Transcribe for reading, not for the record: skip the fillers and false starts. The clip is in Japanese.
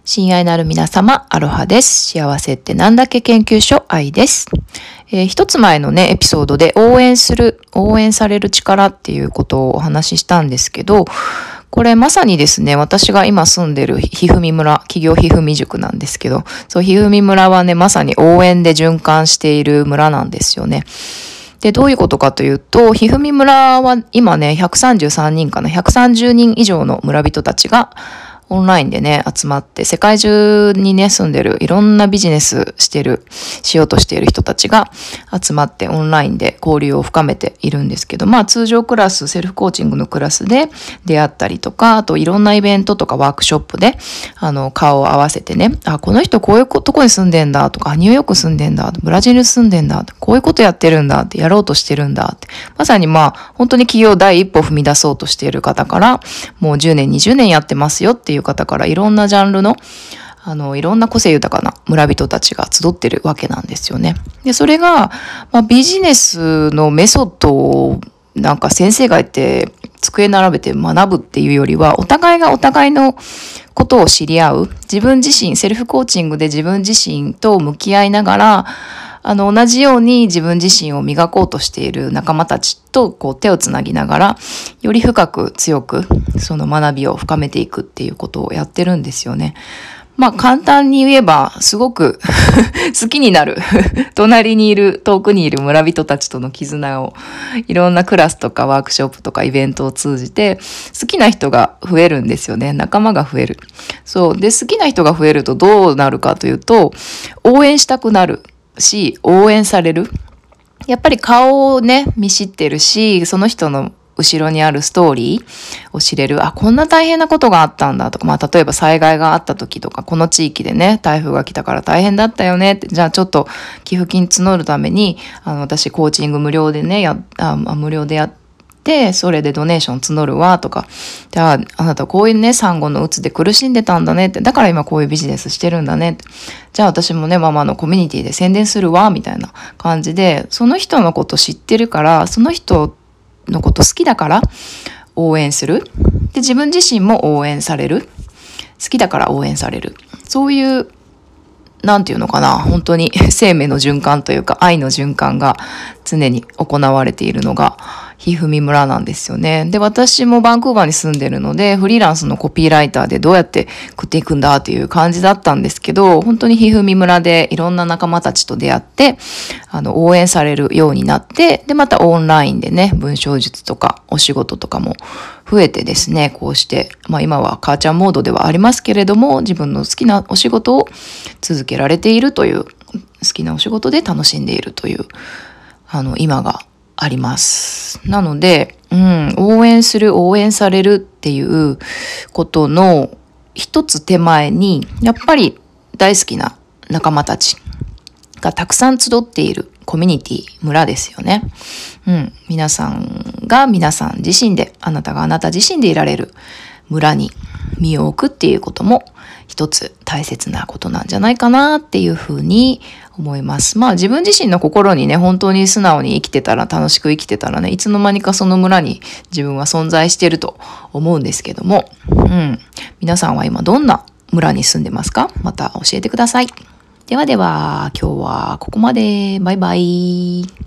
親愛なる皆様、アロハです。幸せってなんだっけ研究所、愛です。一つ前のね、エピソードで応援される力っていうことをお話ししたんですけど、これまさにですね、私が今住んでるひふみ村、企業ひふみ塾なんですけど、そう、ひふみ村はね、まさに応援で循環している村なんですよね。で、どういうことかというと、ひふみ村は今ね、133人かな、130人以上の村人たちが、オンラインでね、集まって、世界中にね、住んでる、いろんなビジネスしようとしている人たちが集まってオンラインで交流を深めているんですけど、通常クラス、セルフコーチングのクラスで出会ったりとか、あといろんなイベントとかワークショップで、顔を合わせてね、この人こういうとこに住んでんだとか、ニューヨーク住んでんだ、ブラジル住んでんだ、こういうことやってるんだって、やろうとしてるんだって、まさに本当に企業第一歩踏み出そうとしている方から、もう10年、20年やってますよっていう方からいろんなジャンルの、いろんな個性豊かな村人たちが集ってるわけなんですよね。で、それが、ビジネスのメソッドをなんか先生がいて机並べて学ぶっていうよりは、お互いがお互いのことを知り合う、自分自身、セルフコーチングで自分自身と向き合いながら、同じように自分自身を磨こうとしている仲間たちと手をつなぎながら、より深く強くその学びを深めていくっていうことをやってるんですよね。簡単に言えば、すごく好きになる。隣にいる、遠くにいる村人たちとの絆を、いろんなクラスとかワークショップとかイベントを通じて、好きな人が増えるんですよね。仲間が増える。そう。で、好きな人が増えるとどうなるかというと、応援したくなるし、応援される。やっぱり顔をね、見知ってるし、その人の後ろにあるストーリーを知れる。こんな大変なことがあったんだとか、例えば災害があった時とか、この地域でね、台風が来たから大変だったよねって、じゃあちょっと寄付金募るために、私コーチング無料でね、無料でやって、それでドネーション募るわとか、じゃああなたこういうね、産後のうつで苦しんでたんだねって、だから今こういうビジネスしてるんだねって、じゃあ私もね、ママのコミュニティで宣伝するわみたいな感じで、その人のこと知ってるから、その人のこと好きだから応援する。で、自分自身も応援される。好きだから応援される。そういう、なんていうのかな、本当に生命の循環というか愛の循環が常に行われているのがひふみ村なんですよね。で、私もバンクーバーに住んでるので、フリーランスのコピーライターでどうやって食っていくんだっていう感じだったんですけど、本当にひふみ村でいろんな仲間たちと出会って、応援されるようになって、で、またオンラインでね、文章術とかお仕事とかも増えてですね、こうして、今は母ちゃんモードではありますけれども、自分の好きなお仕事を続けられているという、好きなお仕事で楽しんでいるという、今があります。なので、応援する、応援されるっていうことの一つ手前に、やっぱり大好きな仲間たちがたくさん集っているコミュニティ、村ですよね。皆さんが皆さん自身で、あなたがあなた自身でいられる村に身を置くっていうことも一つ大切なことなんじゃないかなっていうふうに思います。自分自身の心にね、本当に素直に生きてたら、楽しく生きてたらね、いつの間にかその村に自分は存在していると思うんですけども、皆さんは今どんな村に住んでますか？また教えてください。ではでは、今日はここまで。バイバイ。